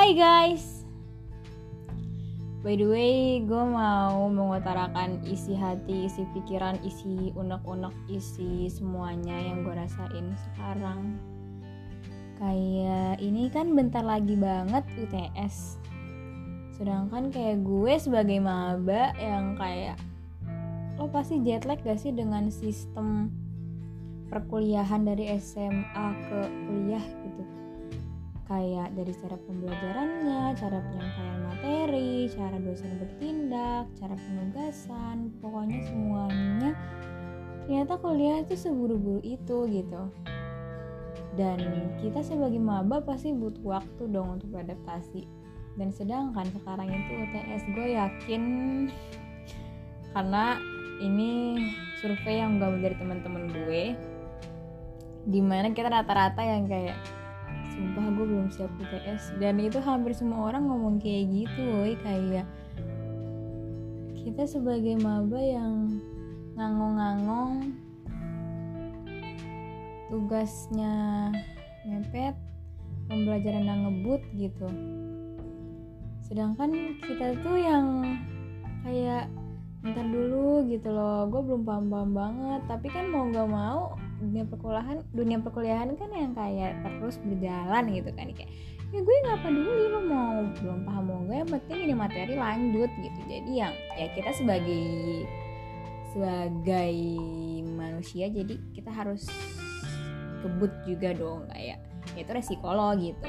Hai guys, by the way gue mau mengutarakan isi hati, isi pikiran, isi unek-unek, isi semuanya yang gue rasain sekarang. Kayak ini kan bentar lagi banget UTS. Sedangkan kayak gue sebagai maba yang kayak, lo pasti jet lag gak sih dengan sistem perkuliahan dari SMA ke kuliah gitu. Kayak dari cara pembelajarannya, cara penyampaian materi, cara dosen bertindak, cara penugasan, pokoknya semuanya ternyata kuliah itu seburu-buru itu gitu. Dan kita sebagai maba pasti butuh waktu dong untuk beradaptasi. Dan sedangkan sekarang itu UTS, gue yakin karena ini survei yang gue dari teman-teman gue, dimana kita rata-rata yang kayak sumpah gue belum siap UTS, dan itu hampir semua orang ngomong kayak gitu woy. Kayak kita sebagai maba yang ngangong-ngangong, tugasnya mepet, pembelajaran yang ngebut gitu. Sedangkan kita tuh yang kayak bentar dulu gitu loh, gue belum paham-paham banget. Tapi kan mau gak mau dunia perkuliahan kan yang kayak terus berjalan gitu kan. Kayak ya gue gak peduli lo mau belum paham mau gak, yang penting ini materi lanjut gitu. Jadi yang ya kita sebagai manusia, jadi kita harus kebut juga dong, kayak itu resiko lo gitu.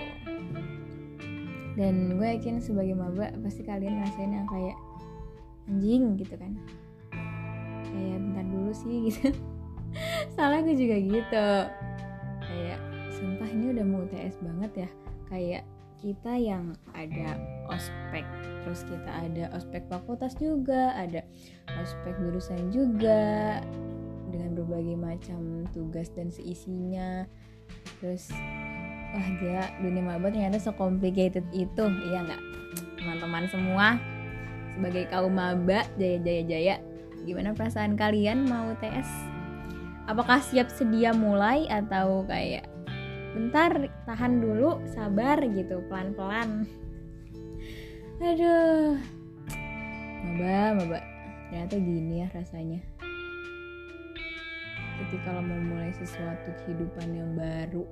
Dan gue yakin sebagai maba pasti kalian ngerasain yang kayak anjing gitu kan, kayak bentar dulu sih gitu. Salah gue juga gitu, kayak sumpah ini udah mau UTS banget ya. Kayak kita yang ada ospek, terus kita ada ospek fakultas juga, ada ospek jurusan juga dengan berbagai macam tugas dan seisinya. Terus wah gila, dunia maba ternyata so-complicated itu, iya gak teman-teman semua? Sebagai kaum maba, jaya, gimana perasaan kalian mau UTS? Apakah siap sedia mulai atau kayak bentar, tahan dulu, sabar gitu, pelan-pelan? Aduh, maba ternyata gini ya rasanya. Ketika lo mau mulai sesuatu kehidupan yang baru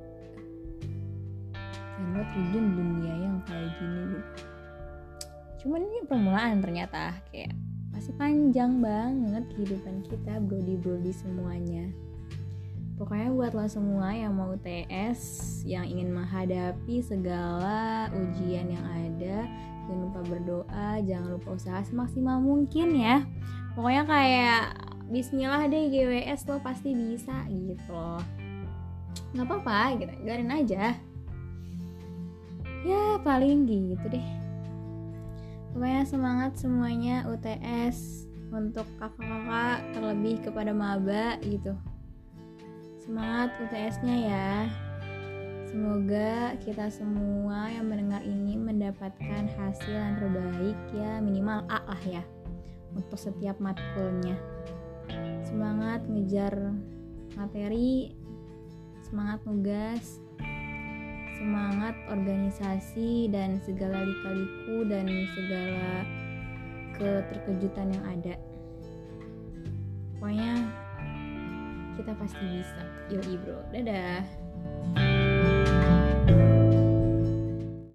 dan lo terjun dunia yang kayak gini gitu. Cuman ini permulaan, ternyata kayak masih panjang banget kehidupan kita, brodi semuanya. Pokoknya buat lo semua yang mau UTS, yang ingin menghadapi segala ujian yang ada, jangan lupa berdoa, jangan lupa usaha semaksimal mungkin ya. Pokoknya kayak bismillah deh, GWS lo pasti bisa gitu loh. Gak apa-apa gitu, garin aja. Ya paling gitu deh. Pokoknya semangat semuanya UTS, untuk kakak-kakak terlebih kepada maba gitu. Semangat UTS-nya ya. Semoga kita semua yang mendengar ini mendapatkan hasil yang terbaik ya, minimal A lah ya untuk setiap matkulnya. Semangat ngejar materi, semangat nugas, semangat organisasi dan segala lika-liku dan segala keterkejutan yang ada. Pokoknya kita pasti bisa. Yoi bro, dadah.